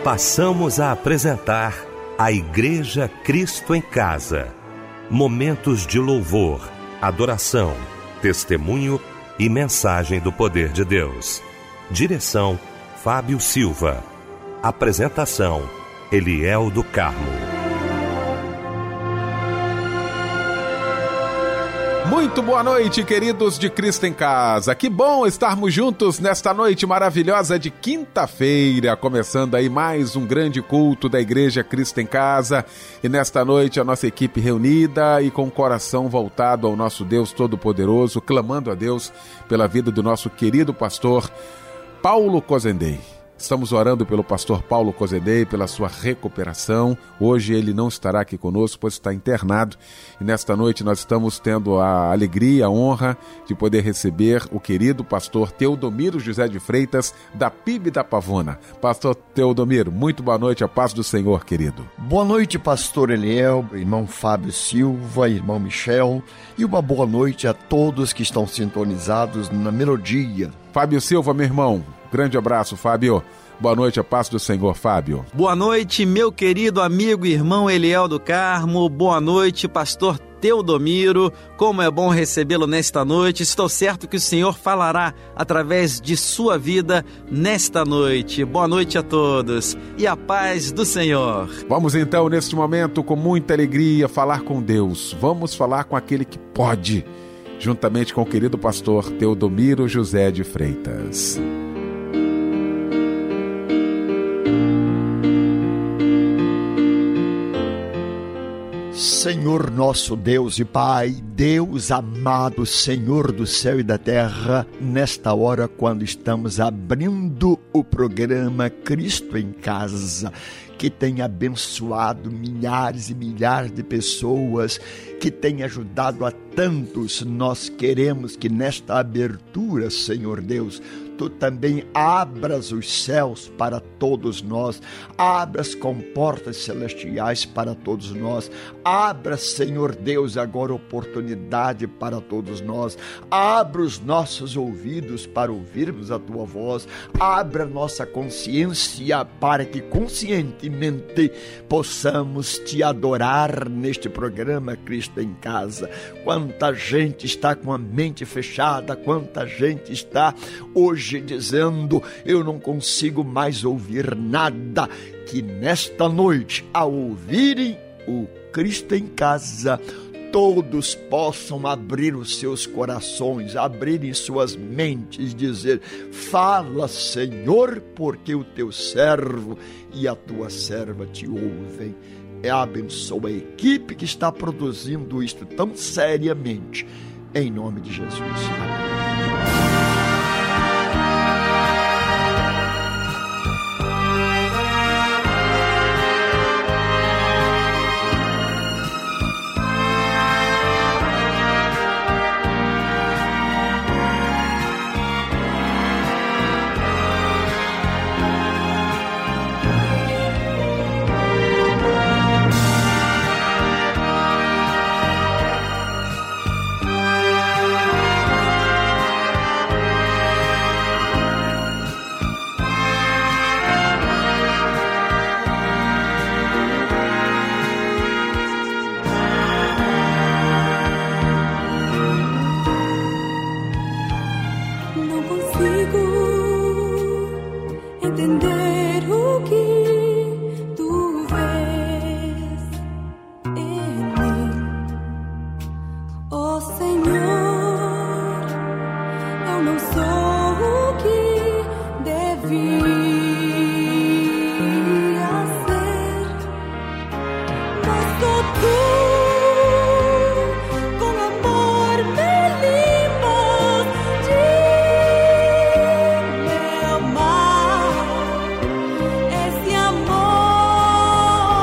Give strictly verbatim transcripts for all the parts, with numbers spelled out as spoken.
Passamos a apresentar a Igreja Cristo em Casa. Momentos de louvor, adoração, testemunho e mensagem do poder de Deus. Direção, Fábio Silva. Apresentação, Eliel do Carmo. Muito boa noite, queridos de Cristo em Casa. Que bom estarmos juntos nesta noite maravilhosa de quinta-feira, começando aí mais um grande culto da Igreja Cristo em Casa. E nesta noite a nossa equipe reunida e com o coração voltado ao nosso Deus Todo-Poderoso, clamando a Deus pela vida do nosso querido pastor Paulo Cozendei. Estamos orando pelo pastor Paulo Cozendei, pela sua recuperação. Hoje ele não estará aqui conosco, pois está internado. E nesta noite nós estamos tendo a alegria, a honra de poder receber o querido pastor Teodomiro José de Freitas, da P I B da Pavona. Pastor Teodomiro, muito boa noite, a paz do Senhor, querido. Boa noite, pastor Eliel, irmão Fábio Silva, irmão Michel, e uma boa noite a todos que estão sintonizados na melodia. Fábio Silva, meu irmão. Grande abraço, Fábio. Boa noite, a paz do Senhor, Fábio. Boa noite, meu querido amigo e irmão Eliel do Carmo. Boa noite, pastor Teodomiro. Como é bom recebê-lo nesta noite. Estou certo que o Senhor falará através de sua vida nesta noite. Boa noite a todos e a paz do Senhor. Vamos então, neste momento, com muita alegria, falar com Deus. Vamos falar com aquele que pode, juntamente com o querido pastor Teodomiro José de Freitas. Senhor nosso Deus e Pai, Deus amado, Senhor do céu e da terra, nesta hora quando estamos abrindo o programa Cristo em Casa, que tem abençoado milhares e milhares de pessoas, que tem ajudado a tantos, nós queremos que nesta abertura, Senhor Deus, Tu também abras os céus para todos nós, abras com portas celestiais para todos nós, abra, Senhor Deus, agora oportunidade para todos nós, abra os nossos ouvidos para ouvirmos a Tua voz, abra nossa consciência para que conscientemente possamos Te adorar neste programa Cristo em Casa. Quanta gente está com a mente fechada, quanta gente está hoje dizendo, eu não consigo mais ouvir nada, que nesta noite, ao ouvirem o Cristo em Casa, todos possam abrir os seus corações, abrirem suas mentes, dizer, fala, Senhor, porque o teu servo e a tua serva te ouvem. E abençoa a equipe que está produzindo isto tão seriamente, em nome de Jesus. Amém.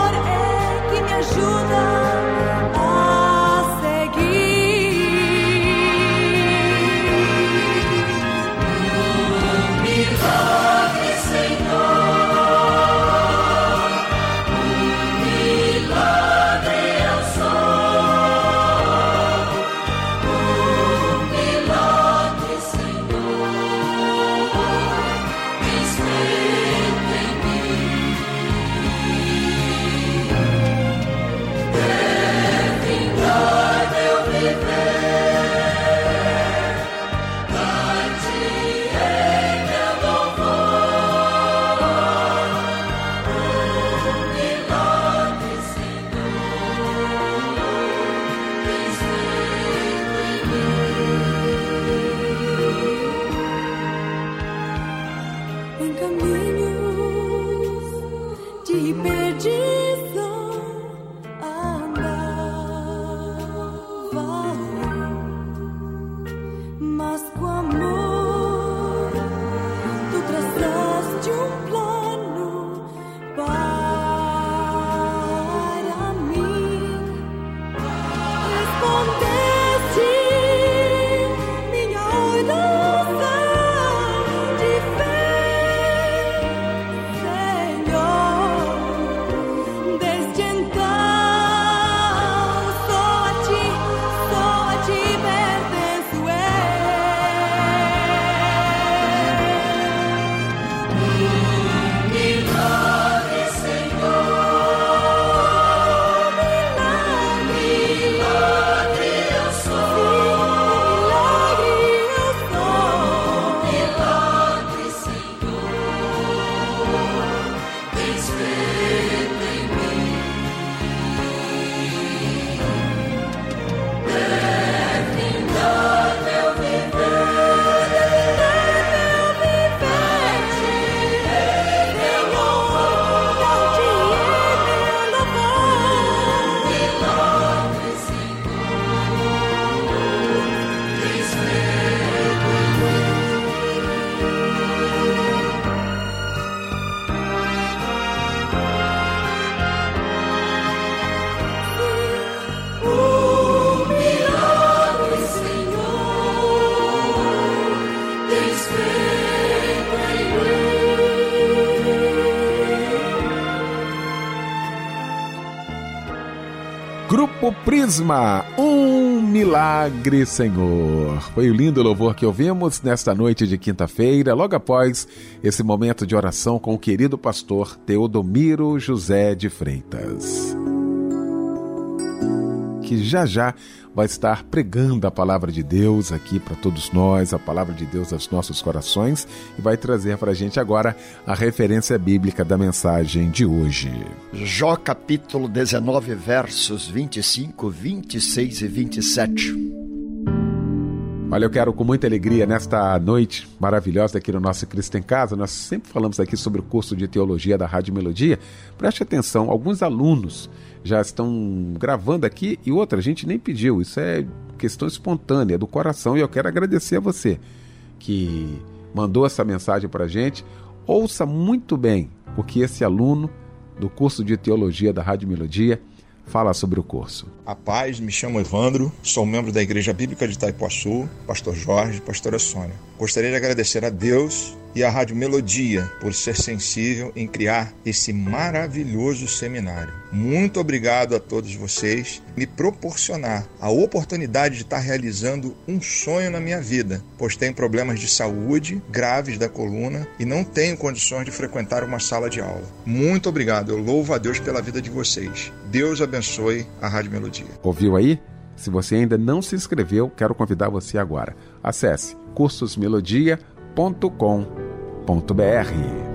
Ajuda a seguir. conosco, amor. Tu traçaste um plano para mim. Respondeste minha oração de fé, Senhor. Desde então só a ti, só a ti pertenço eu. Milagre, Senhor, milagre, milagre eu sou, milagre eu sou, milagre, Senhor, tens feito em mim. Terminar meu viver, terminar meu viver, Senhor, dar-te meu louvor. Milagre, Senhor, tens feito em mim. O milagre, Senhor, tens feito em mim. Grupo Prisma, um milagre, Senhor. Foi o lindo louvor que ouvimos nesta noite de quinta-feira, logo após esse momento de oração com o querido pastor Teodomiro José de Freitas, que já já vai estar pregando a palavra de Deus aqui para todos nós, a palavra de Deus aos nossos corações, e vai trazer para a gente agora a referência bíblica da mensagem de hoje. Jó capítulo dezenove, versos vinte e cinco, vinte e seis e vinte e sete. Olha, eu quero com muita alegria nesta noite maravilhosa aqui no nosso Cristo em Casa. Nós sempre falamos aqui sobre o curso de teologia da Rádio Melodia. Preste atenção, alguns alunos já estão gravando aqui e outra, a gente nem pediu. Isso é questão espontânea, do coração. E eu quero agradecer a você que mandou essa mensagem para a gente. Ouça muito bem o que esse aluno do curso de teologia da Rádio Melodia fala sobre o curso. A paz, me chamo Evandro, sou membro da Igreja Bíblica de Itaipuaçu, pastor Jorge, pastora Sônia. Gostaria de agradecer a Deus e à Rádio Melodia por ser sensível em criar esse maravilhoso seminário. Muito obrigado a todos vocês por me proporcionar a oportunidade de estar realizando um sonho na minha vida, pois tenho problemas de saúde graves da coluna e não tenho condições de frequentar uma sala de aula. Muito obrigado, eu louvo a Deus pela vida de vocês. Deus abençoe a Rádio Melodia. Ouviu aí? Se você ainda não se inscreveu, quero convidar você agora. Acesse cursos melodia ponto com ponto b r.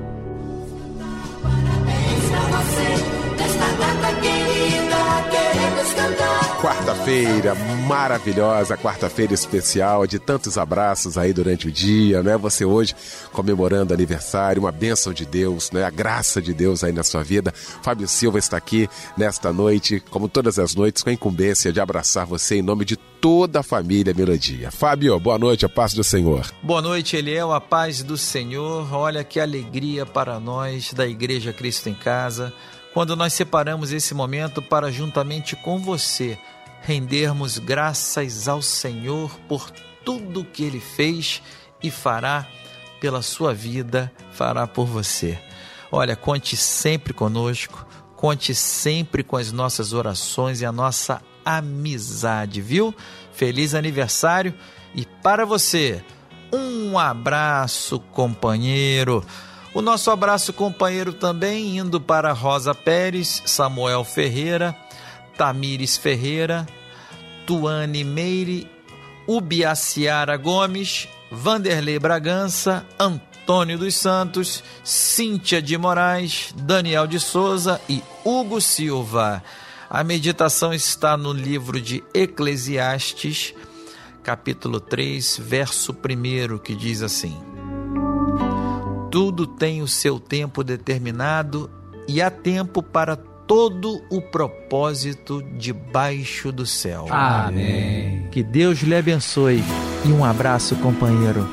Parabéns pra você, nesta data querida, queremos cantar. Quarta-feira maravilhosa, quarta-feira especial, de tantos abraços aí durante o dia, né? Você hoje comemorando aniversário, uma bênção de Deus, né? A graça de Deus aí na sua vida. Fábio Silva está aqui nesta noite, como todas as noites, com a incumbência de abraçar você em nome de toda a família Melodia. Fábio, boa noite, a paz do Senhor. Boa noite, Eliel, a paz do Senhor. Olha que alegria para nós da Igreja Cristo em Casa, quando nós separamos esse momento para, juntamente com você, rendermos graças ao Senhor por tudo que Ele fez e fará pela sua vida, fará por você. Olha, conte sempre conosco, conte sempre com as nossas orações e a nossa amizade, viu? Feliz aniversário e para você, um abraço, companheiro. O nosso abraço, companheiro, também indo para Rosa Pérez, Samuel Ferreira, Tamires Ferreira, Tuane Meire, Ubiaciara Gomes, Vanderlei Bragança, Antônio dos Santos, Cíntia de Moraes, Daniel de Souza e Hugo Silva. A meditação está no livro de Eclesiastes, capítulo três, verso primeiro, que diz assim: tudo tem o seu tempo determinado e há tempo para todo o propósito debaixo do céu. Amém. Que Deus lhe abençoe. e um abraço, companheiro.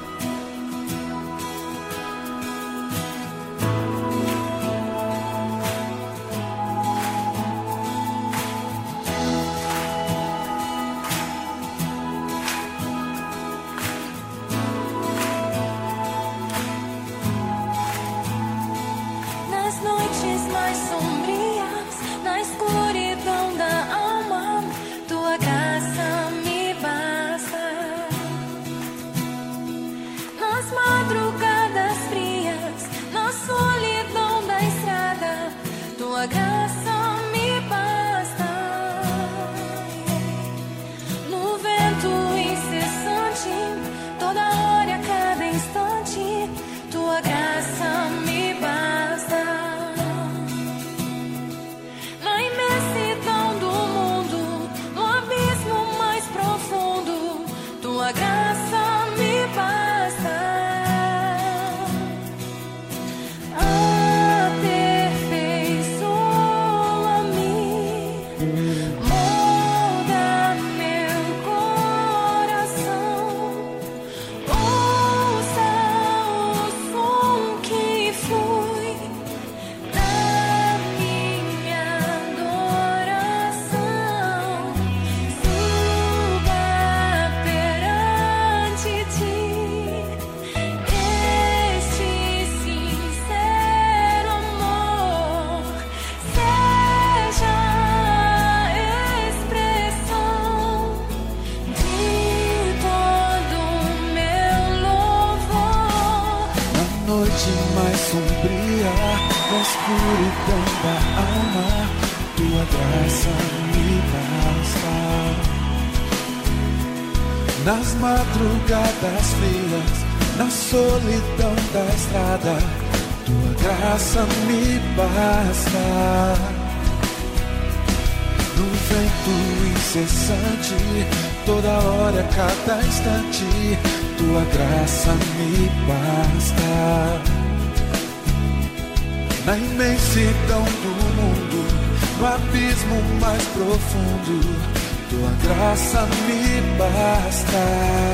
Nas madrugadas frias, na solidão da estrada, tua graça me basta. No vento incessante, toda hora, cada instante, tua graça me basta. Na imensidão do mundo, no abismo mais profundo, tua graça me basta.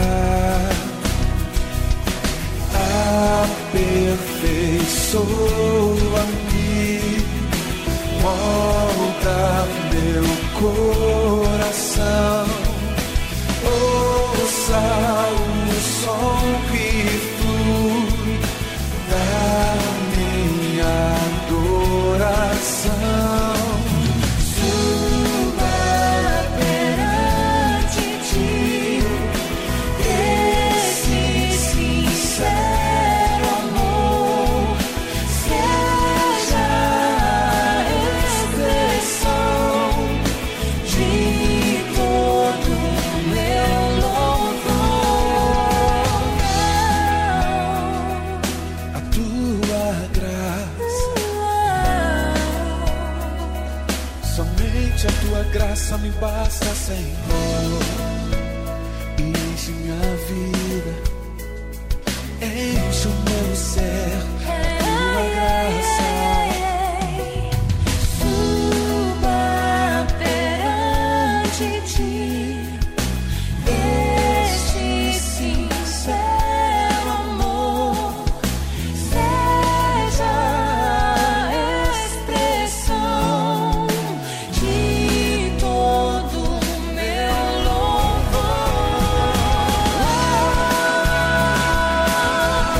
Aperfeiçoa-me, molda meu coração. Ouça o som que flui da minha adoração. Graça me basta, Senhor. Enche minha vida, enche o meu ser, tua graça. Suba perante ti, este sincero amor seja a expressão de todo meu louvor.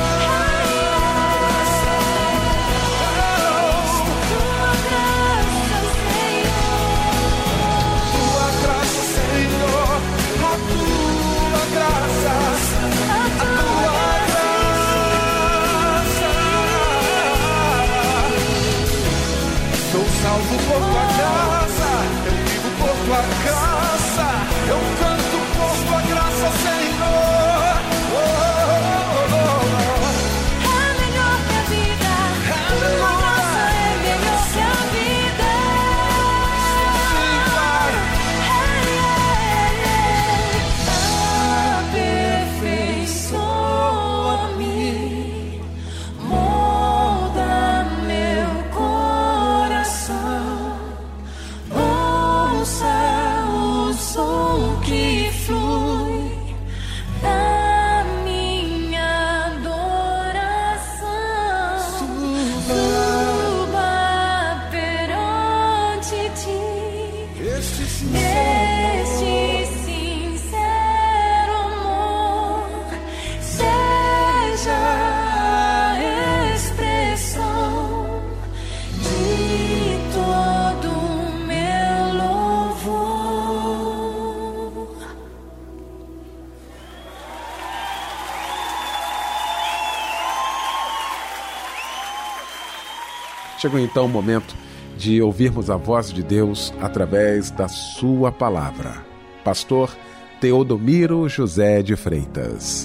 Chegou então o momento de ouvirmos a voz de Deus através da sua palavra. Pastor Teodomiro José de Freitas.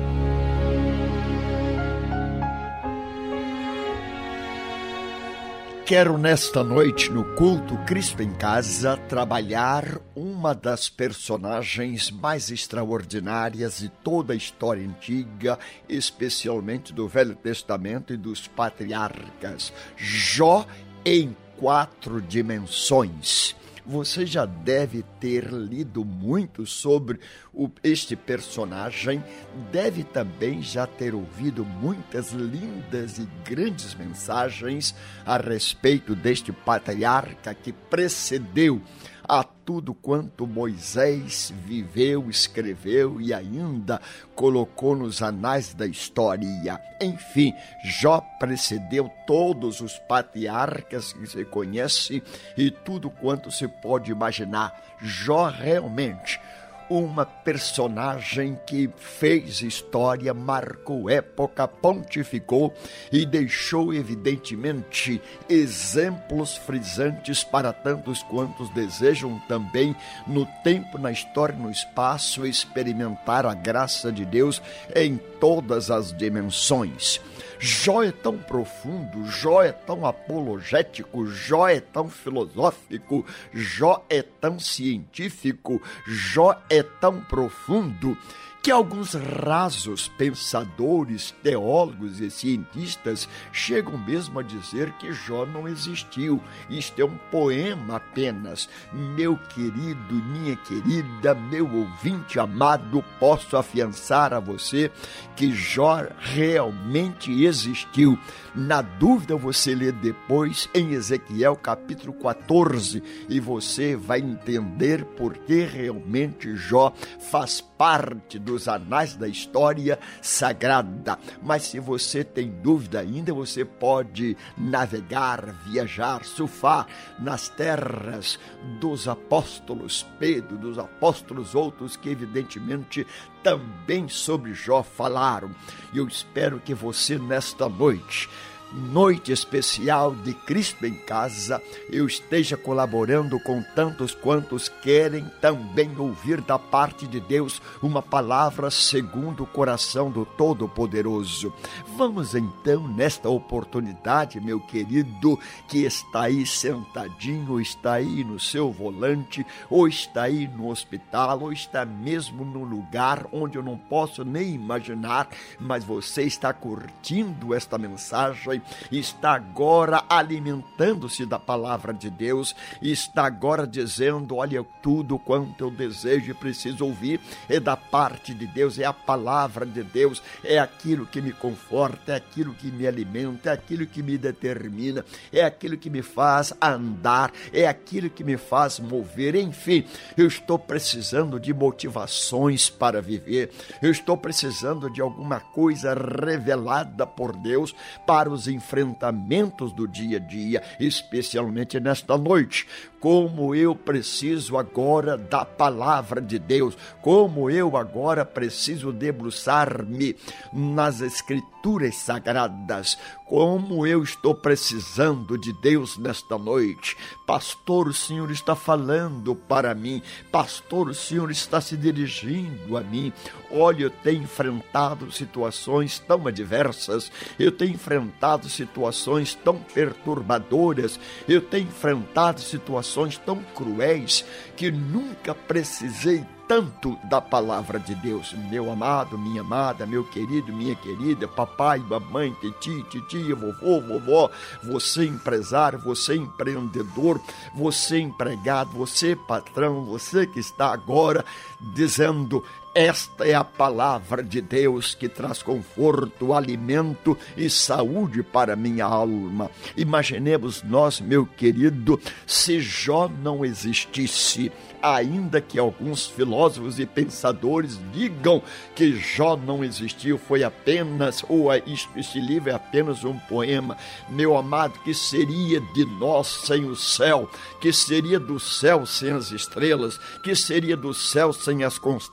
Quero nesta noite, no culto Cristo em Casa, trabalhar uma das personagens mais extraordinárias de toda a história antiga, especialmente do Velho Testamento e dos patriarcas. Jó em quatro dimensões. Você já deve ter lido muito sobre o, este personagem, deve também já ter ouvido muitas lindas e grandes mensagens a respeito deste patriarca que precedeu a tudo quanto Moisés viveu, escreveu e ainda colocou nos anais da história. Enfim, Jó precedeu todos os patriarcas que se conhece e tudo quanto se pode imaginar. Jó realmente uma personagem que fez história, marcou época, pontificou e deixou evidentemente exemplos frisantes para tantos quantos desejam também no tempo, na história, no espaço, experimentar a graça de Deus em todas as dimensões. Jó é tão profundo, Jó é tão apologético, Jó é tão filosófico, Jó é tão científico, Jó é tão profundo que alguns rasos pensadores, teólogos e cientistas chegam mesmo a dizer que Jó não existiu. Isto é um poema apenas. Meu querido, minha querida, meu ouvinte amado, posso afiançar a você que Jó realmente existiu. Na dúvida, você lê depois em Ezequiel capítulo quatorze e você vai entender por que realmente Jó faz parte dos anais da história sagrada. Mas se você tem dúvida ainda, você pode navegar, viajar, surfar nas terras dos apóstolos Pedro, dos apóstolos outros que evidentemente também sobre Jó falaram. E eu espero que você nesta noite, noite especial de Cristo em Casa, eu esteja colaborando com tantos quantos querem também ouvir da parte de Deus uma palavra segundo o coração do Todo-Poderoso. Vamos então, nesta oportunidade, meu querido, que está aí sentadinho, está aí no seu volante, ou está aí no hospital, ou está mesmo no lugar onde eu não posso nem imaginar, mas você está curtindo esta mensagem, está agora alimentando-se da palavra de Deus, está agora dizendo, olha, tudo quanto eu desejo e preciso ouvir é da parte de Deus, é a palavra de Deus, é aquilo que me conforta, é aquilo que me alimenta, é aquilo que me determina, é aquilo que me faz andar, é aquilo que me faz mover, enfim, eu estou precisando de motivações para viver, eu estou precisando de alguma coisa revelada por Deus para os enfrentamentos do dia a dia, especialmente nesta noite. Como eu preciso agora da palavra de Deus, como eu agora preciso debruçar-me nas escrituras sagradas, como eu estou precisando de Deus nesta noite. Pastor, o Senhor está falando para mim, pastor, o Senhor está se dirigindo a mim. Olha, eu tenho enfrentado situações tão adversas, eu tenho enfrentado situações tão perturbadoras, eu tenho enfrentado situações tão cruéis que nunca precisei tanto da palavra de Deus. Meu amado, minha amada, meu querido, minha querida, papai, mamãe, titi, titia, vovô, vovó, você empresário, você empreendedor, você empregado, você patrão, você que está agora dizendo, esta é a palavra de Deus que traz conforto, alimento e saúde para minha alma. Imaginemos nós, meu querido, se Jó não existisse, ainda que alguns filósofos e pensadores digam que Jó não existiu, foi apenas, ou este livro é apenas um poema. Meu amado, que seria de nós sem o céu? Que seria do céu sem as estrelas? Que seria do céu sem as constelações?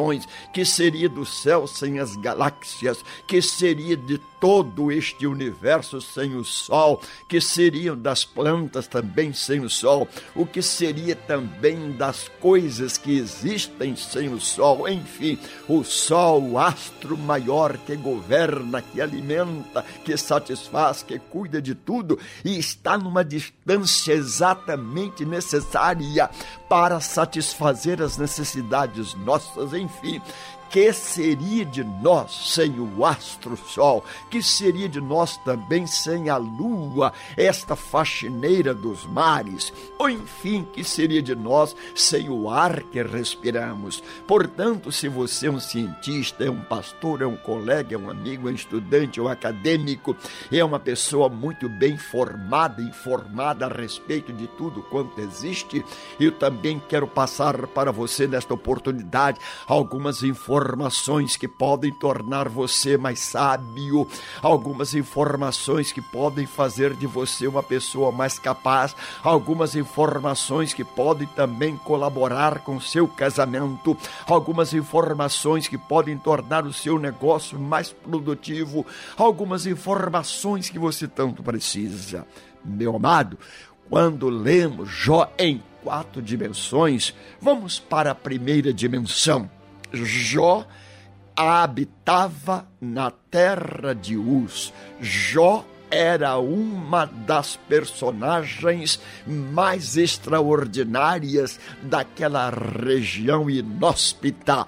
constelações? Que seria do céu sem as galáxias? Que seria de todo este universo sem o sol? Que seriam das plantas também sem o sol? O que seria também das coisas que existem sem o sol? Enfim, o sol, o astro maior que governa, que alimenta, que satisfaz, que cuida de tudo e está numa distância exatamente necessária para satisfazer as necessidades nossas. Enfim, que seria de nós sem o astro-sol? Que seria de nós também sem a lua, esta faxineira dos mares? Ou enfim, que seria de nós sem o ar que respiramos? Portanto, se você é um cientista, é um pastor, é um colega, é um amigo, é um estudante, é um acadêmico, é uma pessoa muito bem formada, informada a respeito de tudo quanto existe, eu também quero passar para você nesta oportunidade algumas informações informações que podem tornar você mais sábio, algumas informações que podem fazer de você uma pessoa mais capaz, algumas informações que podem também colaborar com o seu casamento, algumas informações que podem tornar o seu negócio mais produtivo, algumas informações que você tanto precisa. Meu amado, quando lemos Jó em quatro dimensões, vamos para a primeira dimensão. Jó habitava na terra de Uz. Jó era uma das personagens mais extraordinárias daquela região inóspita.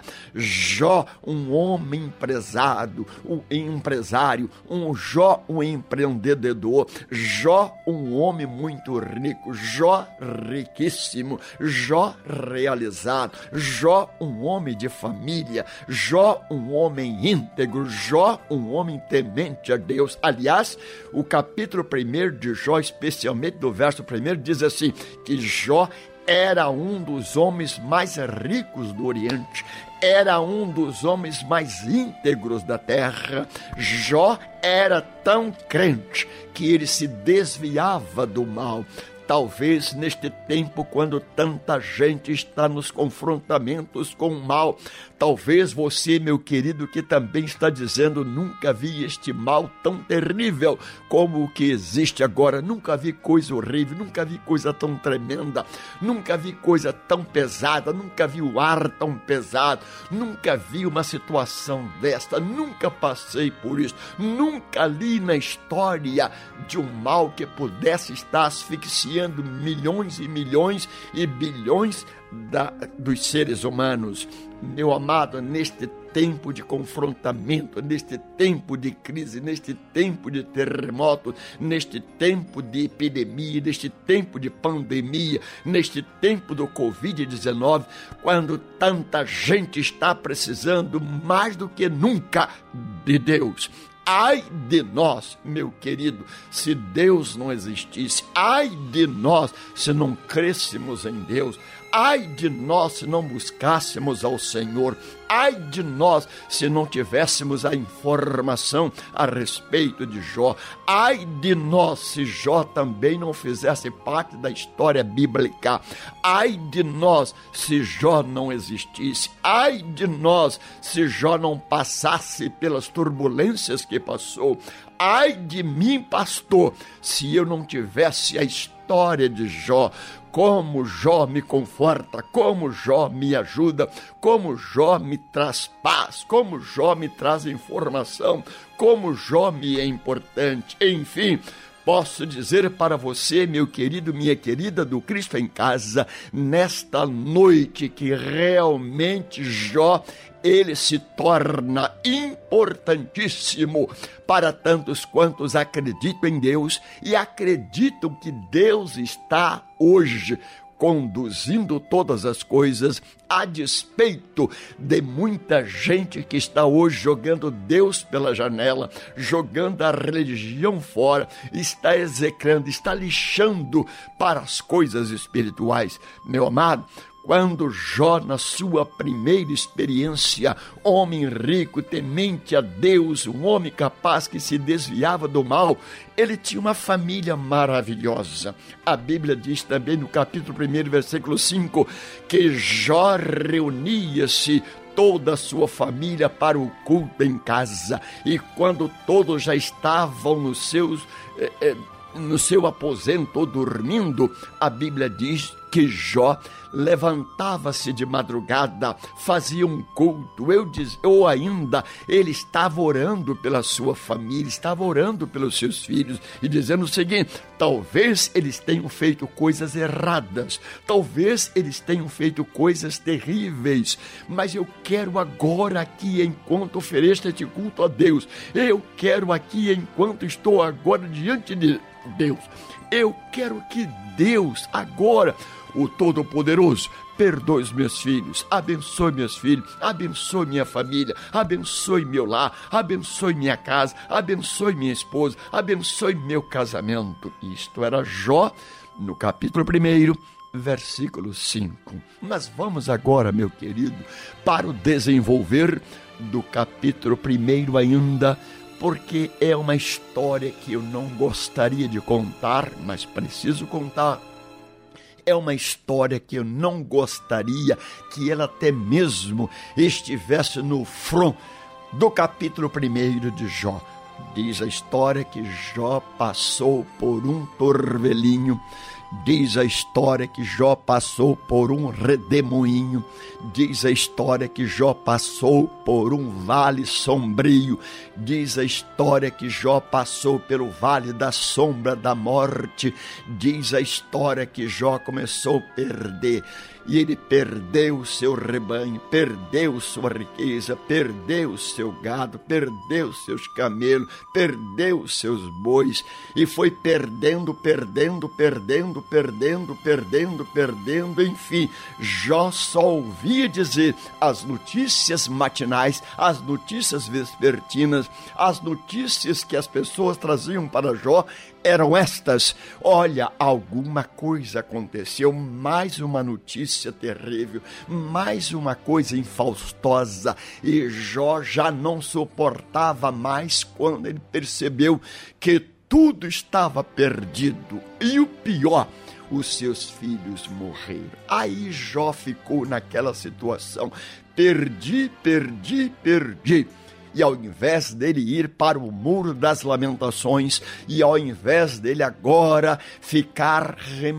Jó, um homem empresário, um empresário, um Jó, um empreendedor, Jó, um homem muito rico, Jó, riquíssimo, Jó, realizado, Jó, um homem de família, Jó, um homem íntegro, Jó, um homem temente a Deus. Aliás, o capítulo primeiro de Jó, especialmente do verso primeiro, diz assim, que Jó era um dos homens mais ricos do Oriente, era um dos homens mais íntegros da terra. Jó era tão crente que ele se desviava do mal. Talvez neste tempo, quando tanta gente está nos confrontamentos com o mal, talvez você, meu querido, que também está dizendo, nunca vi este mal tão terrível como o que existe agora, nunca vi coisa horrível, nunca vi coisa tão tremenda, nunca vi coisa tão pesada, nunca vi o ar tão pesado, nunca vi uma situação desta, nunca passei por isso, nunca li na história de um mal que pudesse estar asfixiando milhões e milhões e bilhões da, dos seres humanos. Meu amado, neste tempo de confrontamento, neste tempo de crise, neste tempo de terremoto, neste tempo de epidemia, neste tempo de pandemia, neste tempo do covid dezenove, quando tanta gente está precisando mais do que nunca de Deus. Ai de nós, meu querido, se Deus não existisse. Ai de nós, se não crêssemos em Deus. Ai de nós, se não buscássemos ao Senhor. Ai de nós, se não tivéssemos a informação a respeito de Jó. Ai de nós, se Jó também não fizesse parte da história bíblica. Ai de nós, se Jó não existisse. Ai de nós, se Jó não passasse pelas turbulências que passou. Ai de mim, pastor, se eu não tivesse a história de Jó. Como Jó me conforta, como Jó me ajuda, como Jó me traz paz, como Jó me traz informação, como Jó me é importante. Enfim, posso dizer para você, meu querido, minha querida do Cristo em Casa, nesta noite que realmente Jó, ele se torna importantíssimo para tantos quantos acreditam em Deus e acreditam que Deus está hoje conduzindo todas as coisas, a despeito de muita gente que está hoje jogando Deus pela janela, jogando a religião fora, está execrando, está lixando para as coisas espirituais. Meu amado, quando Jó, na sua primeira experiência, homem rico, temente a Deus, um homem capaz que se desviava do mal, ele tinha uma família maravilhosa. A Bíblia diz também no capítulo primeiro, versículo cinco, que Jó reunia-se toda a sua família para o culto em casa. E quando todos já estavam nos seus, eh, eh, no seu aposento ou dormindo, a Bíblia diz que Jó levantava-se de madrugada, fazia um culto, eu diz, ou ainda ele estava orando pela sua família, estava orando pelos seus filhos e dizendo o seguinte: talvez eles tenham feito coisas erradas, talvez eles tenham feito coisas terríveis, mas eu quero agora aqui, enquanto ofereço este culto a Deus, eu quero aqui, enquanto estou agora diante de Deus, eu quero que Deus agora, o Todo-Poderoso, perdoe os meus filhos, abençoe meus filhos, abençoe minha família, abençoe meu lar, abençoe minha casa, abençoe minha esposa, abençoe meu casamento. Isto era Jó, no capítulo primeiro, versículo cinco. Mas vamos agora, meu querido, para o desenvolver do capítulo primeiro ainda, porque é uma história que eu não gostaria de contar, mas preciso contar. É uma história que eu não gostaria que ela até mesmo estivesse no front do capítulo primeiro de Jó. Diz a história que Jó passou por um torvelinho. Diz a história que Jó passou por um redemoinho. Diz a história que Jó passou por um vale sombrio. Diz a história que Jó passou pelo vale da sombra da morte. Diz a história que Jó começou a perder. E ele perdeu o seu rebanho, perdeu sua riqueza, perdeu o seu gado, perdeu seus camelos, perdeu os seus bois, e foi perdendo, perdendo, perdendo, perdendo, perdendo, perdendo, enfim. Jó só ouvia dizer as notícias matinais, as notícias vespertinas, as notícias que as pessoas traziam para Jó eram estas: olha, alguma coisa aconteceu, mais uma notícia terrível, mais uma coisa infaustosa. E Jó já não suportava mais quando ele percebeu que tudo estava perdido. E o pior, os seus filhos morreram. Aí Jó ficou naquela situação: perdi, perdi, perdi. E ao invés dele ir para o muro das lamentações, e ao invés dele agora ficar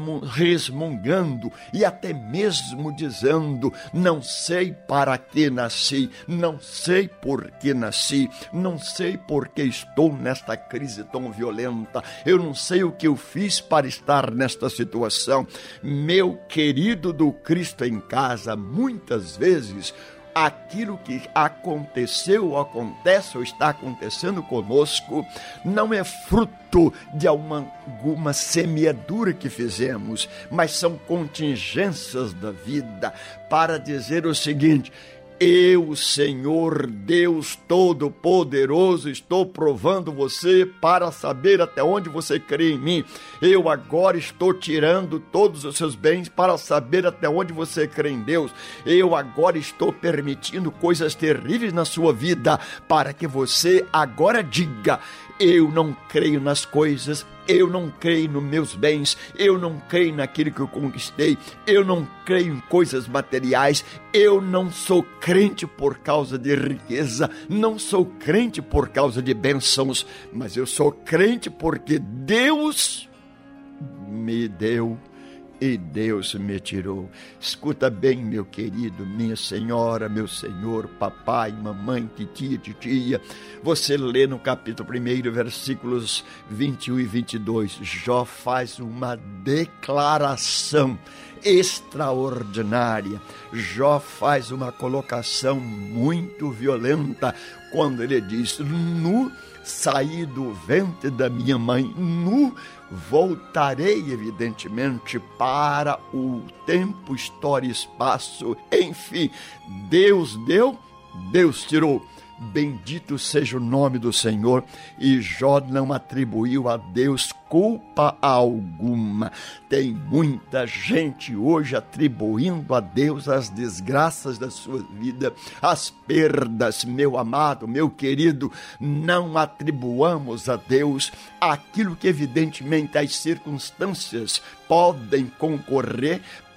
resmungando e até mesmo dizendo: não sei para que nasci, não sei por que nasci, não sei por que estou nesta crise tão violenta, eu não sei o que eu fiz para estar nesta situação. Meu querido do Cristo em Casa, muitas vezes aquilo que aconteceu, ou acontece, ou está acontecendo conosco, não é fruto de alguma, alguma semeadura que fizemos, mas são contingências da vida, para dizer o seguinte: eu, Senhor Deus Todo-Poderoso, estou provando você para saber até onde você crê em mim. Eu agora estou tirando todos os seus bens para saber até onde você crê em Deus. Eu agora estou permitindo coisas terríveis na sua vida para que você agora diga: eu não creio nas coisas, eu não creio nos meus bens, eu não creio naquilo que eu conquistei, eu não creio em coisas materiais, eu não sou crente por causa de riqueza, não sou crente por causa de bênçãos, mas eu sou crente porque Deus me deu e Deus me tirou. Escuta bem, meu querido, minha senhora, meu senhor, papai, mamãe, titia, titia. Você lê no capítulo primeiro, versículos vinte e um e vinte e dois. Jó faz uma declaração extraordinária. Jó faz uma colocação muito violenta quando ele diz: nu saí do ventre da minha mãe, nu voltarei, evidentemente, para o tempo, história e espaço. Enfim, Deus deu, Deus tirou. Bendito seja o nome do Senhor. E Jó não atribuiu a Deus culpa alguma. Tem muita gente hoje atribuindo a Deus as desgraças da sua vida, as perdas. Meu amado, meu querido, não atribuamos a Deus aquilo que evidentemente as circunstâncias podem concorrer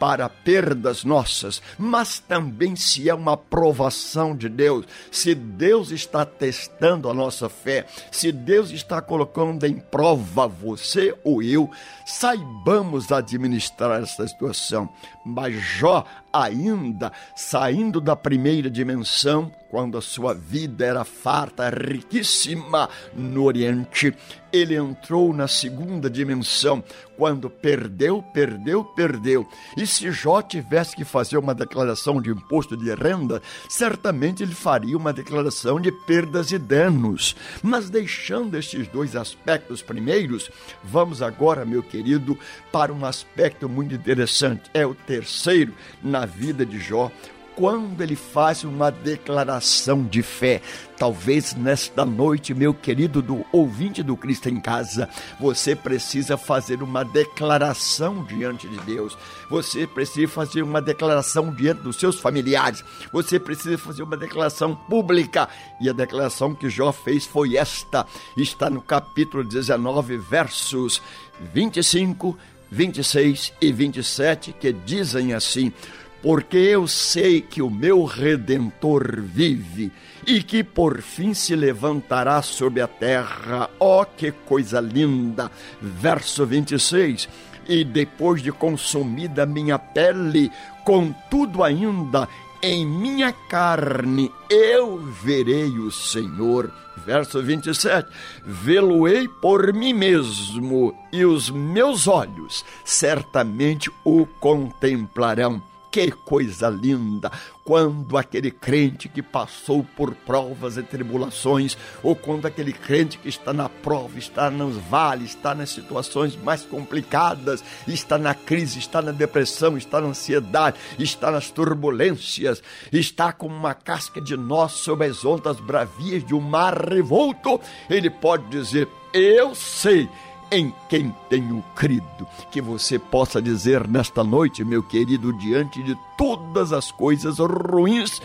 para perdas nossas, mas também se é uma provação de Deus, se Deus está testando a nossa fé, se Deus está colocando em prova você ou eu, saibamos administrar essa situação. Mas Jó, ainda saindo da primeira dimensão, quando a sua vida era farta, riquíssima no Oriente, ele entrou na segunda dimensão, quando perdeu, perdeu, perdeu. E se Jó tivesse que fazer uma declaração de imposto de renda, certamente ele faria uma declaração de perdas e danos. Mas deixando estes dois aspectos primeiros, vamos agora, meu querido, para um aspecto muito interessante. É o terceiro na vida de Jó, quando ele faz uma declaração de fé. Talvez nesta noite, meu querido do ouvinte do Cristo em Casa, você precisa fazer uma declaração diante de Deus. Você precisa fazer uma declaração diante dos seus familiares. Você precisa fazer uma declaração pública. E a declaração que Jó fez foi esta. Está no capítulo dezenove, versos vinte e cinco, vinte e seis e vinte e sete, que dizem assim: porque eu sei que o meu Redentor vive e que por fim se levantará sobre a terra. Oh, que coisa linda! Verso vinte e seis. E depois de consumida minha pele, contudo ainda em minha carne eu verei o Senhor. Verso vinte e sete. Vê-lo-ei por mim mesmo, e os meus olhos certamente o contemplarão. Que coisa linda, quando aquele crente que passou por provas e tribulações, ou quando aquele crente que está na prova, está nos vales, está nas situações mais complicadas, está na crise, está na depressão, está na ansiedade, está nas turbulências, está com uma casca de nós sob as ondas bravias de um mar revolto, ele pode dizer: eu sei em quem tenho crido. Que você possa dizer nesta noite, meu querido, diante de todas as coisas ruins,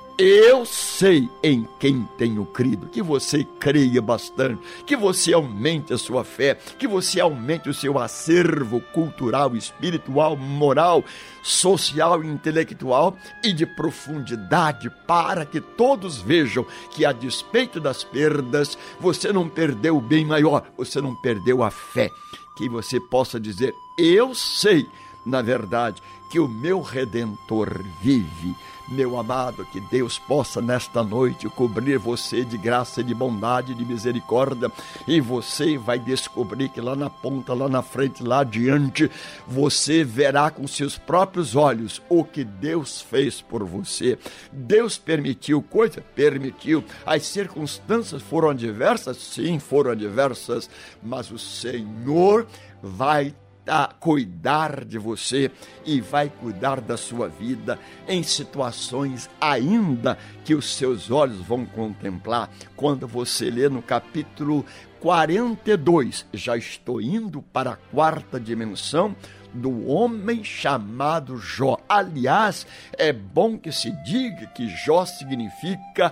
eu sei em quem tenho crido. Que você creia bastante, que você aumente a sua fé, que você aumente o seu acervo cultural, espiritual, moral, social, intelectual e de profundidade, para que todos vejam que, a despeito das perdas, você não perdeu o bem maior, você não perdeu a fé. Que você possa dizer: eu sei, na verdade, que o meu Redentor vive. Meu amado, que Deus possa nesta noite cobrir você de graça, de bondade, de misericórdia, e você vai descobrir que lá na ponta, lá na frente, lá adiante, você verá com seus próprios olhos o que Deus fez por você. Deus permitiu coisa? Permitiu. As circunstâncias foram adversas? Sim, foram adversas, mas o Senhor vai a cuidar de você e vai cuidar da sua vida em situações ainda que os seus olhos vão contemplar. Quando você lê no capítulo quarenta e dois, já estou indo para a quarta dimensão do homem chamado Jó. Aliás, é bom que se diga que Jó significa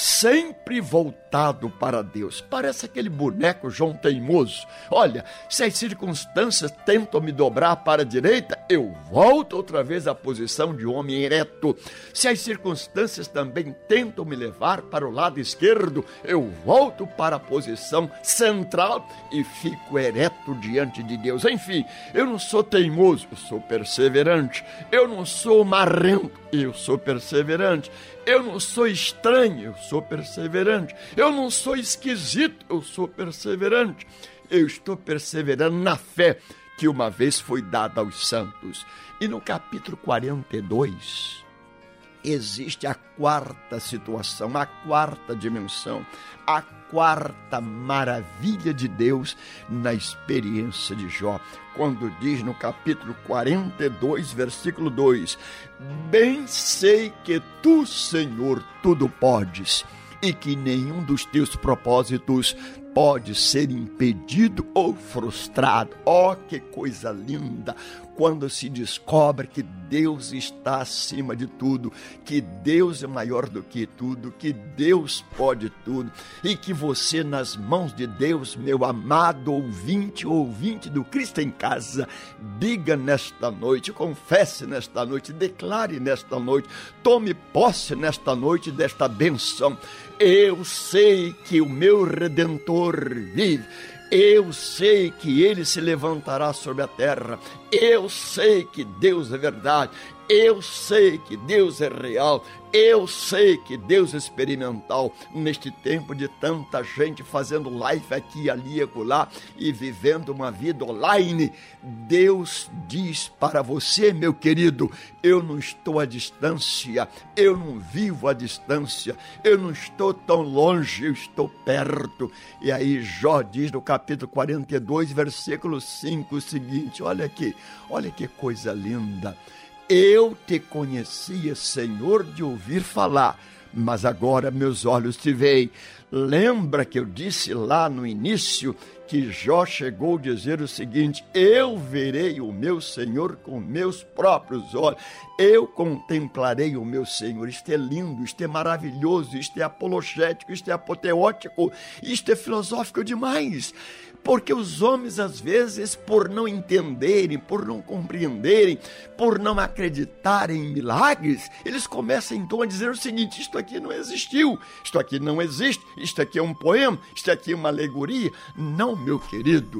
sempre voltado para Deus. Parece aquele boneco João Teimoso. Olha, se as circunstâncias tentam me dobrar para a direita, eu volto outra vez à posição de homem ereto. Se as circunstâncias também tentam me levar para o lado esquerdo, eu volto para a posição central e fico ereto diante de Deus. Enfim, eu não sou teimoso, eu sou perseverante. Eu não sou marrento, eu sou perseverante. Eu não sou estranho, eu sou perseverante. Eu não sou esquisito, eu sou perseverante. Eu estou perseverando na fé que uma vez foi dada aos santos. E no capítulo quarenta e dois, existe a quarta situação, a quarta dimensão, a quarta maravilha de Deus na experiência de Jó, quando diz no capítulo quarenta e dois, versículo dois: bem sei que tu, Senhor, tudo podes, e que nenhum dos teus propósitos pode ser impedido ou frustrado. Oh, que coisa linda! Quando se descobre que Deus está acima de tudo, que Deus é maior do que tudo, que Deus pode tudo, e que você, nas mãos de Deus, meu amado ouvinte, ouvinte do Cristo em Casa, diga nesta noite, confesse nesta noite, declare nesta noite, tome posse nesta noite desta benção. Eu sei que o meu Redentor vive. Eu sei que ele se levantará sobre a terra. Eu sei que Deus é verdade. Eu sei que Deus é real. Eu sei que Deus é experimental. Neste tempo de tanta gente fazendo live aqui, ali e acolá e vivendo uma vida online, Deus diz para você, meu querido, eu não estou à distância, eu não vivo à distância, eu não estou tão longe, eu estou perto. E aí Jó diz no capítulo quarenta e dois, versículo cinco, o seguinte, olha aqui, olha que coisa linda. Eu te conhecia, Senhor, de ouvir falar, mas agora meus olhos te veem. Lembra que eu disse lá no início que Jó chegou a dizer o seguinte, eu verei o meu Senhor com meus próprios olhos, eu contemplarei o meu Senhor. Isto é lindo, isto é maravilhoso, isto é apologético, isto é apoteótico, isto é filosófico demais. Porque os homens, às vezes, por não entenderem, por não compreenderem, por não acreditarem em milagres, eles começam então a dizer o seguinte, isto aqui não existiu, isto aqui não existe, isto aqui é um poema, isto aqui é uma alegoria. Não, meu querido,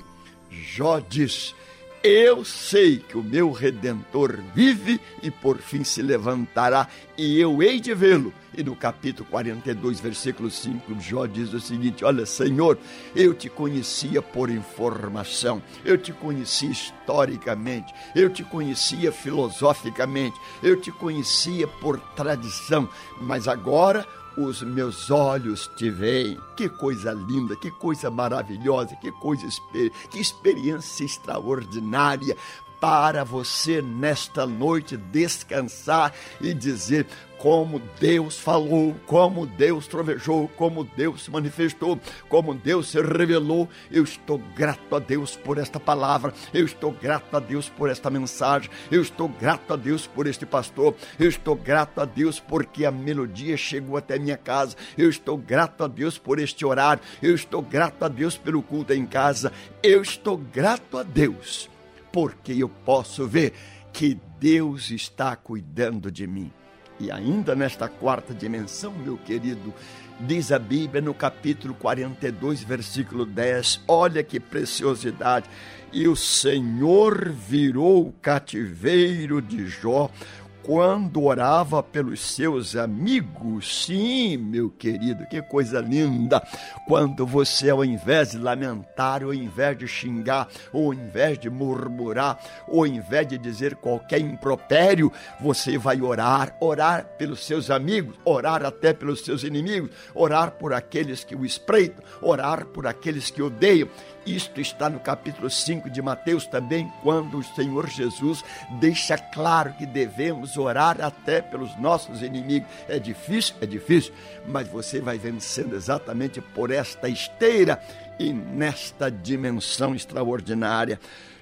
Jó diz, eu sei que o meu Redentor vive e por fim se levantará e eu hei de vê-lo. E no capítulo quarenta e dois, versículo cinco, Jó diz o seguinte, olha, Senhor, eu te conhecia por informação, eu te conhecia historicamente, eu te conhecia filosoficamente, eu te conhecia por tradição, mas agora os meus olhos te veem. Que coisa linda, que coisa maravilhosa, que coisa, que experiência extraordinária para você nesta noite descansar e dizer como Deus falou, como Deus trovejou, como Deus se manifestou, como Deus se revelou. Eu estou grato a Deus por esta palavra, eu estou grato a Deus por esta mensagem, eu estou grato a Deus por este pastor, eu estou grato a Deus porque a melodia chegou até minha casa, eu estou grato a Deus por este horário, eu estou grato a Deus pelo culto em casa, eu estou grato a Deus porque eu posso ver que Deus está cuidando de mim. E ainda nesta quarta dimensão, meu querido, diz a Bíblia no capítulo quarenta e dois, versículo dez, olha que preciosidade, e o Senhor virou o cativeiro de Jó quando orava pelos seus amigos. Sim, meu querido, que coisa linda, quando você, ao invés de lamentar, ou ao invés de xingar, ou ao invés de murmurar, ou ao invés de dizer qualquer impropério, você vai orar, orar pelos seus amigos, orar até pelos seus inimigos, orar por aqueles que o espreitam, orar por aqueles que odeiam. Isto está no capítulo cinco de Mateus também, quando o Senhor Jesus deixa claro que devemos orar até pelos nossos inimigos. É difícil? É difícil, mas você vai vencendo exatamente por esta esteira e nesta dimensão extraordinária.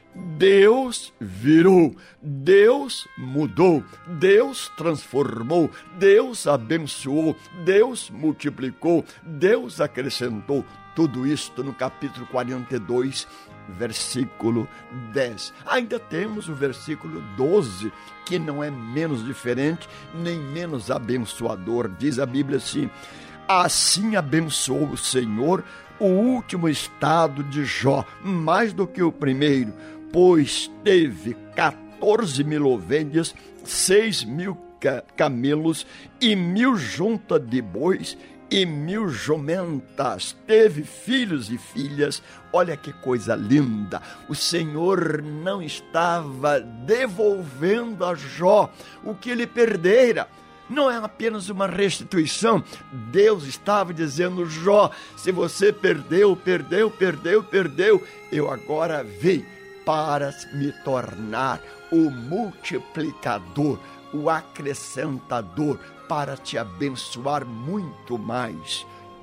Deus virou, Deus mudou, Deus transformou, Deus abençoou, Deus multiplicou, Deus acrescentou. Tudo isto no capítulo quarenta e dois, versículo dez. Ainda temos o versículo doze, que não é menos diferente, nem menos abençoador. Diz a Bíblia assim, assim abençoou o Senhor o último estado de Jó, mais do que o primeiro, pois teve quatorze mil ovelhas, seis mil camelos e mil juntas de bois, e mil jumentas, teve filhos e filhas. Olha que coisa linda, o Senhor não estava devolvendo a Jó o que ele perdera. Não é apenas uma restituição. Deus estava dizendo, Jó, se você perdeu, perdeu, perdeu, perdeu, eu agora vim para me tornar o multiplicador, o acrescentador, para te abençoar muito mais.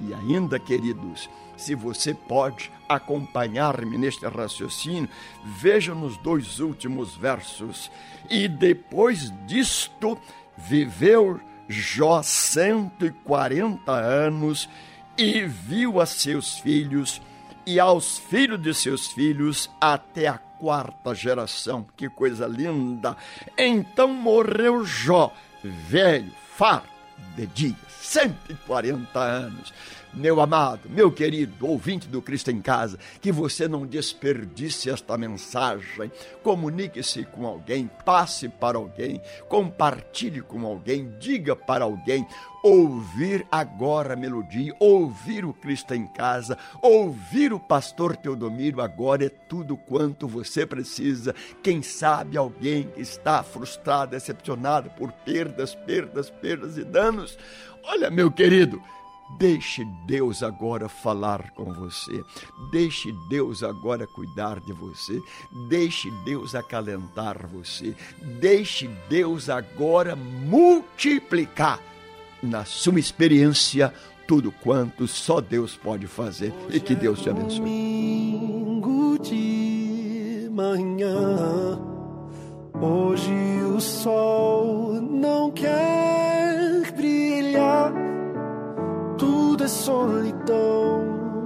E ainda, queridos, se você pode acompanhar-me neste raciocínio, veja nos dois últimos versos. E depois disto, viveu Jó cento e quarenta anos e viu a seus filhos e aos filhos de seus filhos até a quarta geração. Que coisa linda! Então morreu Jó, velho, farto de dias, cento e quarenta anos. Meu amado, meu querido ouvinte do Cristo em Casa, que você não desperdice esta mensagem. Comunique-se com alguém, passe para alguém, compartilhe com alguém, diga para alguém. Ouvir agora a melodia, ouvir o Cristo em Casa, ouvir o pastor Teodomiro agora é tudo quanto você precisa. Quem sabe alguém que está frustrado, decepcionado por perdas, perdas, perdas e danos. Olha, meu querido, deixe Deus agora falar com você. Deixe Deus agora cuidar de você. Deixe Deus acalentar você. Deixe Deus agora multiplicar na sua experiência tudo quanto só Deus pode fazer. E que Deus te abençoe. Domingo de manhã, hoje o sol não quer brilhar, tudo é solidão,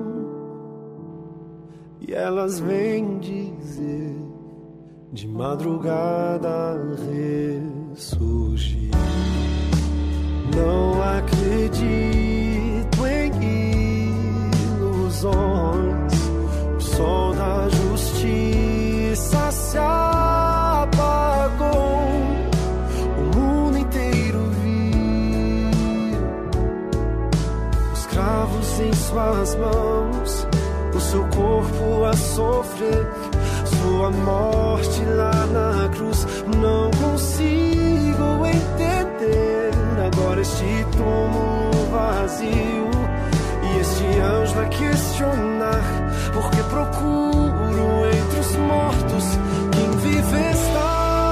e elas vêm dizer de madrugada ressurgir. Não acredito em ilusões, o sol da justiça se apagou, o mundo inteiro viu os cravos em suas mãos, o seu corpo a sofrer, sua morte lá na cruz. Não consigo entender agora este túmulo vazio e este anjo a questionar, porque procuro entre os mortos quem vive está.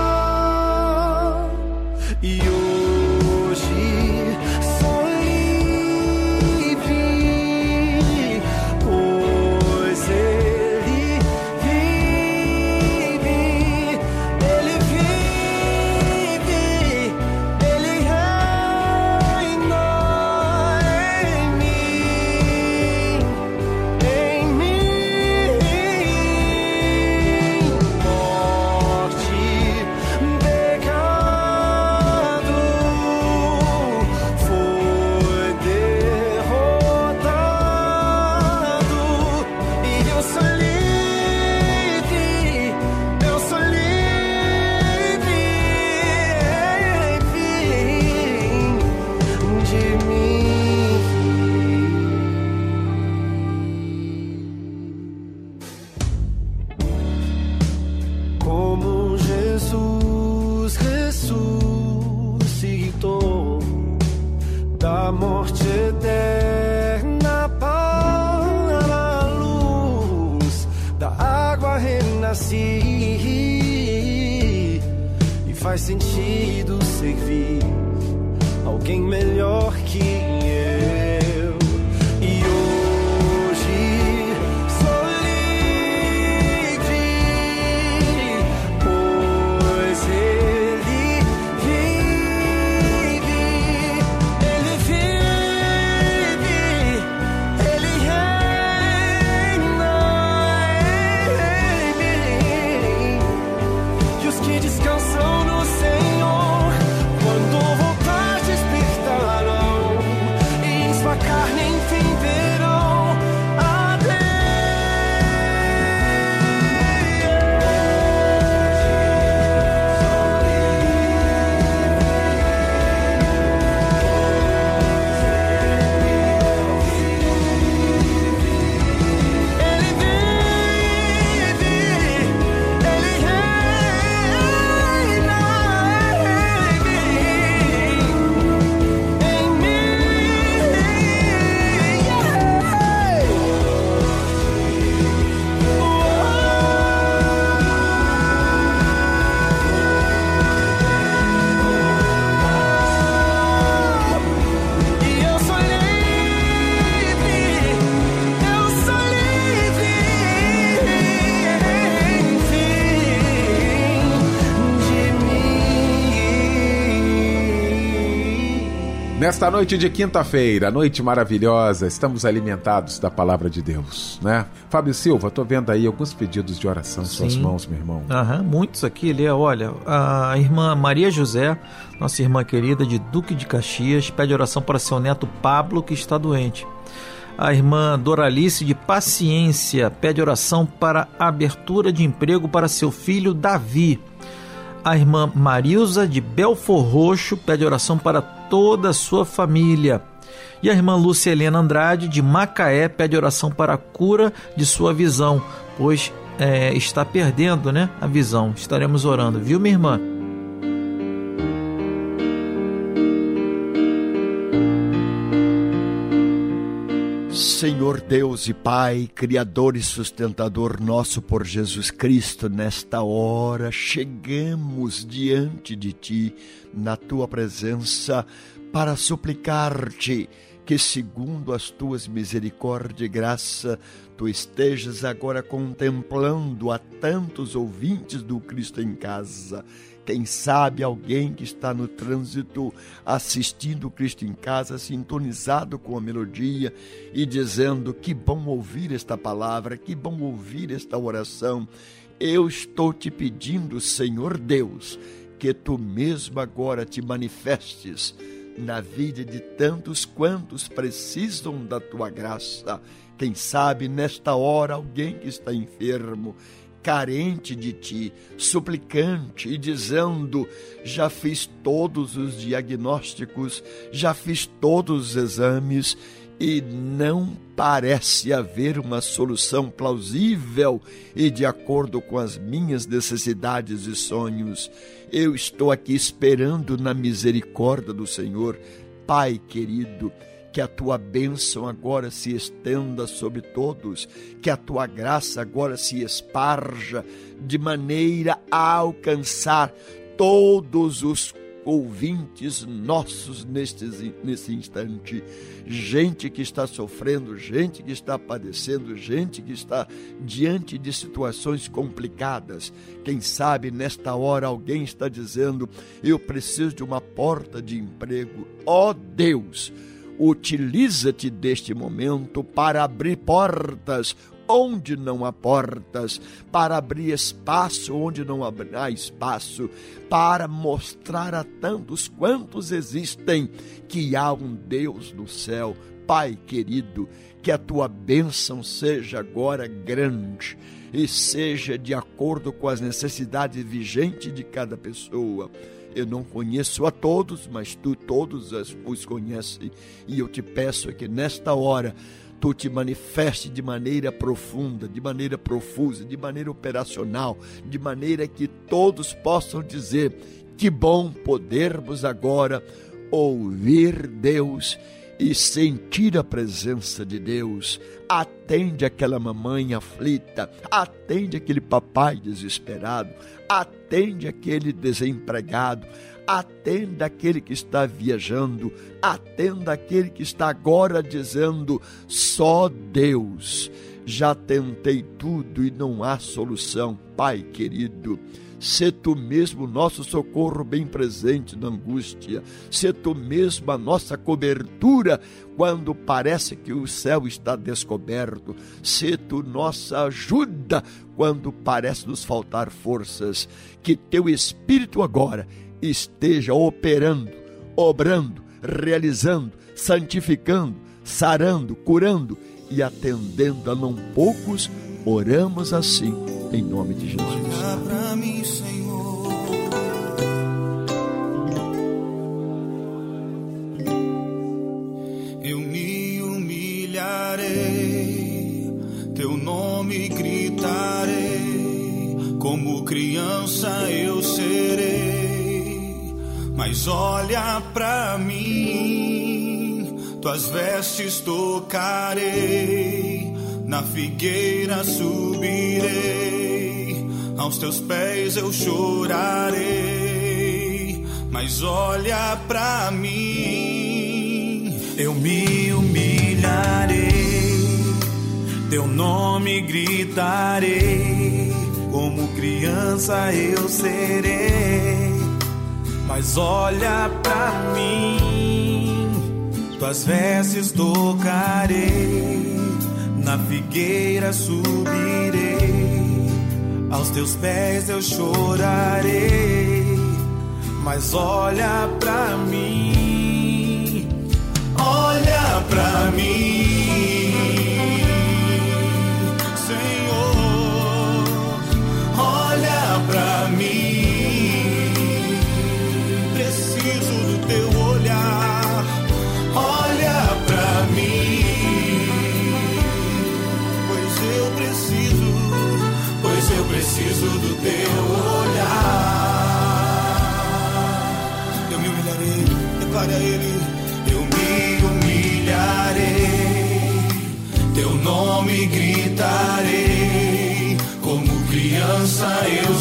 E hoje sou livre, pois ele vive, ele vive, ele reina em mim, em mim. Morte, pecado foi derrotado e eu sou livre, eu sou livre, enfim, de mim. Como Jesus ressuscitou da morte eterna para a luz da água, renasci, e faz sentido servir alguém melhor que eu. E hoje sou livre, pois ele vive, ele vive, ele reina em mim. E os que descansam no Senhor, quando voltar despertarão Nesta noite de quinta-feira, noite maravilhosa, estamos alimentados da palavra de Deus, né? Fábio Silva, tô vendo aí alguns pedidos de oração em suas mãos, meu irmão. Aham, muitos aqui, Lê, olha, a irmã Maria José, nossa irmã querida de Duque de Caxias, pede oração para seu neto Pablo, que está doente. A irmã Doralice de Paciência pede oração para a abertura de emprego para seu filho Davi. A irmã Marilza de Belfor Roxo pede oração para toda a sua família. E a irmã Lúcia Helena Andrade de Macaé pede oração para a cura de sua visão, pois é, está perdendo, né, a visão. Estaremos orando, viu, minha irmã? Senhor Deus e Pai, Criador e sustentador nosso por Jesus Cristo, nesta hora chegamos diante de Ti, na Tua presença, para suplicar-te que, segundo as Tuas misericórdias e graça, Tu estejas agora contemplando a tantos ouvintes do Cristo em Casa. Quem sabe alguém que está no trânsito assistindo o Cristo em Casa, sintonizado com a melodia e dizendo: que bom ouvir esta palavra, que bom ouvir esta oração. Eu estou te pedindo, Senhor Deus, que Tu mesmo agora te manifestes na vida de tantos quantos precisam da Tua graça. Quem sabe nesta hora alguém que está enfermo, carente de Ti, suplicante e dizendo: já fiz todos os diagnósticos, já fiz todos os exames e não parece haver uma solução plausível e de acordo com as minhas necessidades e sonhos. Eu estou aqui esperando na misericórdia do Senhor. Pai querido, que a Tua bênção agora se estenda sobre todos, que a Tua graça agora se esparja de maneira a alcançar todos os ouvintes nossos neste, nesse instante. Gente que está sofrendo, gente que está padecendo, gente que está diante de situações complicadas. Quem sabe nesta hora alguém está dizendo: eu preciso de uma porta de emprego. Ó Deus, utiliza-te deste momento para abrir portas onde não há portas, para abrir espaço onde não há espaço, para mostrar a tantos quantos existem que há um Deus no céu. Pai querido, que a Tua bênção seja agora grande e seja de acordo com as necessidades vigentes de cada pessoa. Eu não conheço a todos, mas Tu todos os conheces, e eu te peço que nesta hora Tu te manifeste de maneira profunda, de maneira profusa, de maneira operacional, de maneira que todos possam dizer: que bom podermos agora ouvir Deus e sentir a presença de Deus. Atende aquela mamãe aflita, atende aquele papai desesperado, atende aquele desempregado, atenda aquele que está viajando, atenda aquele que está agora dizendo: só Deus. Já tentei tudo e não há solução. Pai querido, sê Tu mesmo nosso socorro bem presente na angústia, sê Tu mesmo a nossa cobertura quando parece que o céu está descoberto, sê Tu nossa ajuda quando parece nos faltar forças. Que Teu Espírito agora esteja operando, obrando, realizando, santificando, sarando, curando e atendendo a não poucos. Oramos assim, em nome de Jesus. Olha pra mim, Senhor. Eu me humilharei, Teu nome gritarei, como criança eu serei. Mas olha pra mim, Tuas vestes tocarei, na figueira subirei, aos Teus pés eu chorarei. Mas olha pra mim, eu me humilharei, Teu nome gritarei, como criança eu serei. Mas olha pra mim, tuas vestes tocarei, na figueira subirei, aos teus pés eu chorarei, mas olha pra mim, olha pra mim, Senhor, olha pra mim, preciso do teu olhar, olha pra mim, pois eu preciso, pois eu preciso do teu olhar. Eu me humilharei, declare a Ele, eu me humilharei, teu nome gritarei, como criança eu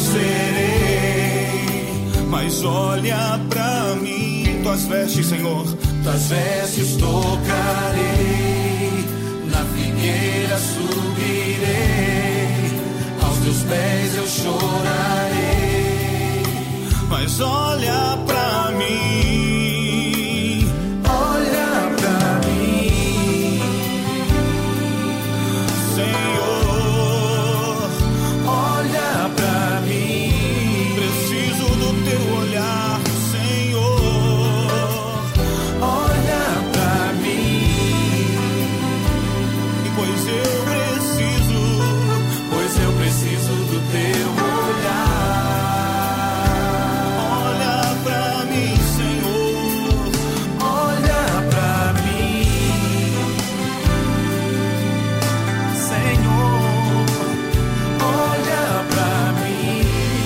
serei, mas olha pra mim, tuas vestes, Senhor, tuas vestes tocarei, na figueira subirei, aos teus pés eu chorarei, mas olha pra mim, olha pra mim, Senhor, olha pra mim, preciso do teu olhar, Senhor, olha pra mim, e pois eu preciso, pois eu preciso do teu olhar, olha pra mim, Senhor, olha pra mim, Senhor, olha pra mim,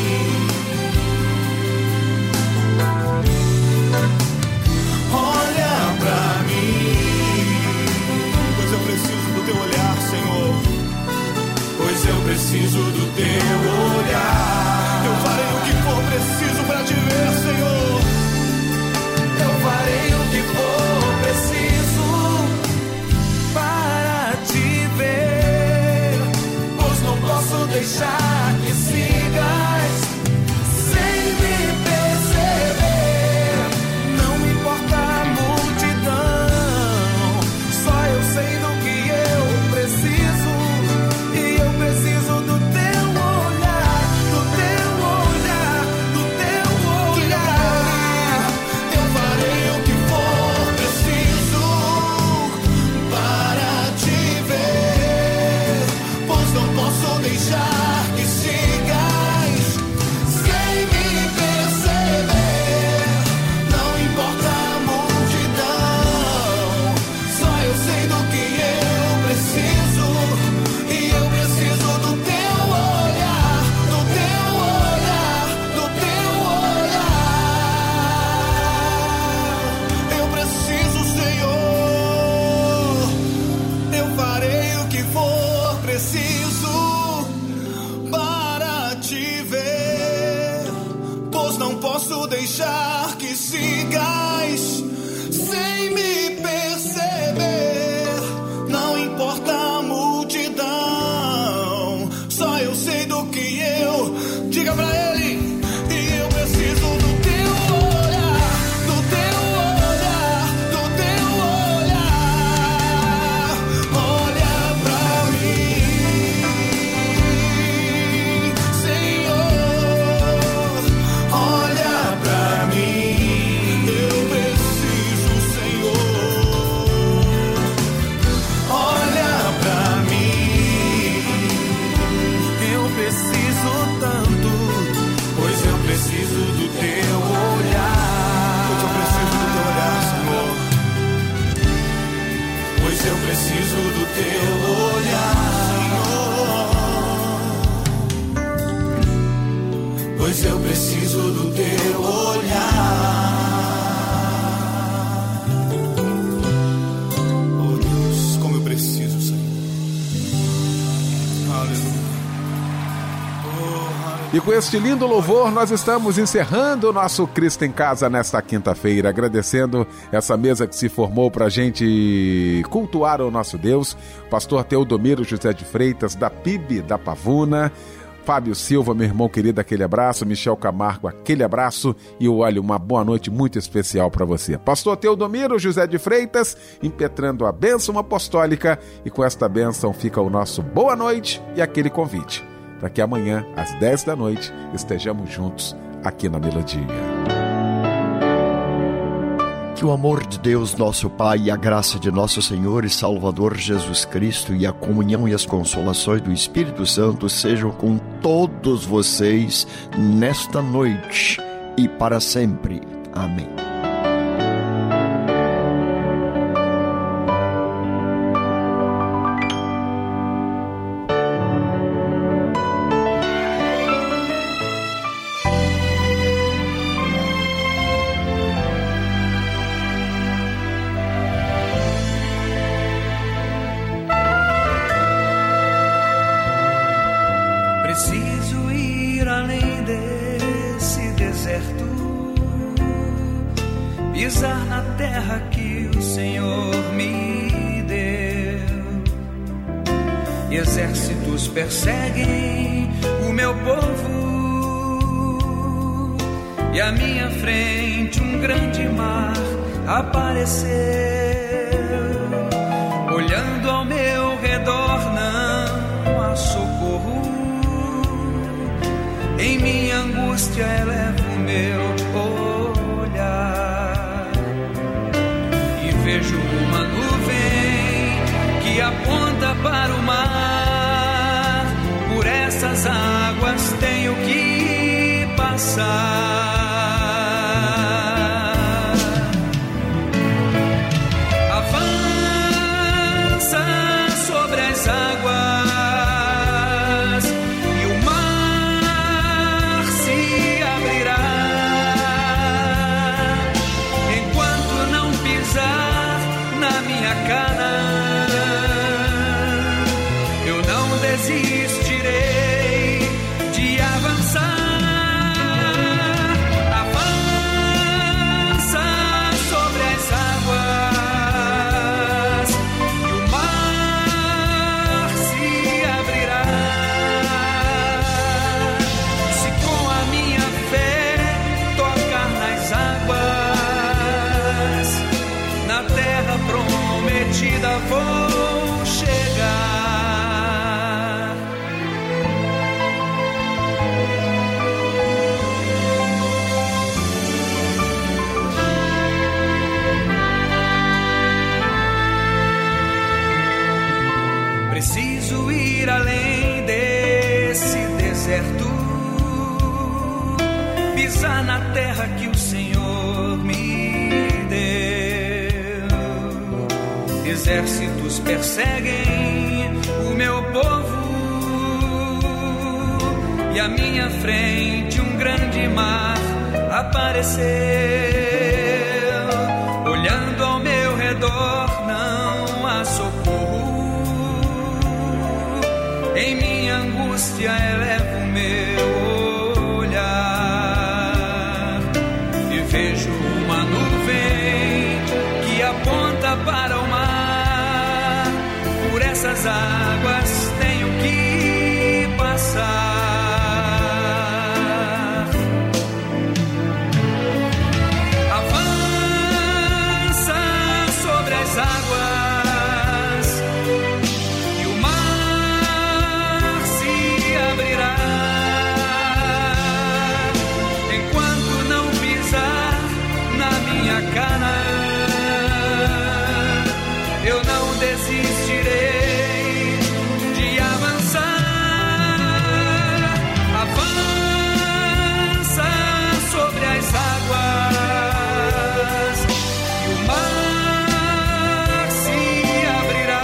olha pra mim, pois eu preciso do teu olhar, Senhor, pois eu preciso do teu olhar. Eu farei o que for preciso pra te ver, Senhor. Eu farei o que for preciso para te ver, pois não posso deixar que sigas sem me perceber. Não importa a multidão, só eu sei do que eu preciso, e eu preciso do teu olhar, do teu olhar, do teu olhar. Eu farei o que for preciso para te ver, pois não posso deixar que sigas sem me perceber. Não importa a multidão, só eu sei do que eu preciso, e eu preciso do teu olhar, do teu olhar, do teu olhar. Eu preciso, Senhor, eu farei o que for preciso para te ver, pois não posso deixar que sigas sem me perceber. Não importa a multidão, só eu sei do que eu. Diga pra ele, e eu preciso do teu olhar, do teu olhar, do teu olhar. Olha pra mim, Senhor, olha pra mim. Eu preciso, Senhor, olha pra mim. Eu preciso tanto, pois eu preciso do teu olhar. Pois eu preciso do teu olhar, Senhor. Pois eu preciso do teu olhar, Senhor. Pois eu preciso do teu olhar. Oh Deus, como eu preciso, Senhor. Aleluia. Oh, aleluia. E com este lindo louvor, nós estamos encerrando o nosso Cristo em Casa nesta quinta-feira, agradecendo essa mesa que se formou para a gente cultuar o nosso Deus, pastor Teodomiro José de Freitas, da P I B da Pavuna, Fábio Silva, meu irmão querido, aquele abraço. Michel Camargo, aquele abraço. E olha, uma boa noite muito especial para você. Pastor Teodomiro José de Freitas, impetrando a bênção apostólica. E com esta bênção fica o nosso boa noite e aquele convite para que amanhã, às dez da noite, estejamos juntos aqui na Melodia. Que o amor de Deus, nosso Pai, e a graça de nosso Senhor e Salvador Jesus Cristo e a comunhão e as consolações do Espírito Santo sejam com todos vocês nesta noite e para sempre. Amém. Pisar na terra que o Senhor me deu. Exércitos perseguem o meu povo, e à minha frente um grande mar apareceu. Olhando ao meu redor não há socorro, em minha angústia elevo o meu olhar. Vejo uma nuvem que aponta para o mar. Por essas águas tenho que passar. Avança sobre as águas e o mar se abrirá. Enquanto não pisar na minha cana, eu não desistirei de avançar. Avança sobre as águas e o mar se abrirá. Se com a minha fé tocar nas águas, na terra prometida vou chegar. Preciso ir além desse deserto, pisar na terra que o Senhor me deu. Exércitos perseguem o meu povo, e à minha frente um grande mar apareceu. Olhando ao meu redor não há socorro, em minha angústia elevo o meu olhar e vejo uma nuvem que aponta para o mar. Por essas águas tenho que passar. Avança sobre as águas e o mar se abrirá. Enquanto não pisar na minha cana, eu não desistirei de avançar. Avança sobre as águas e o mar se abrirá.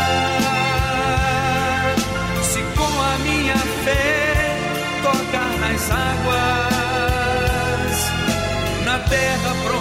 Se com a minha fé tocar nas águas, na terra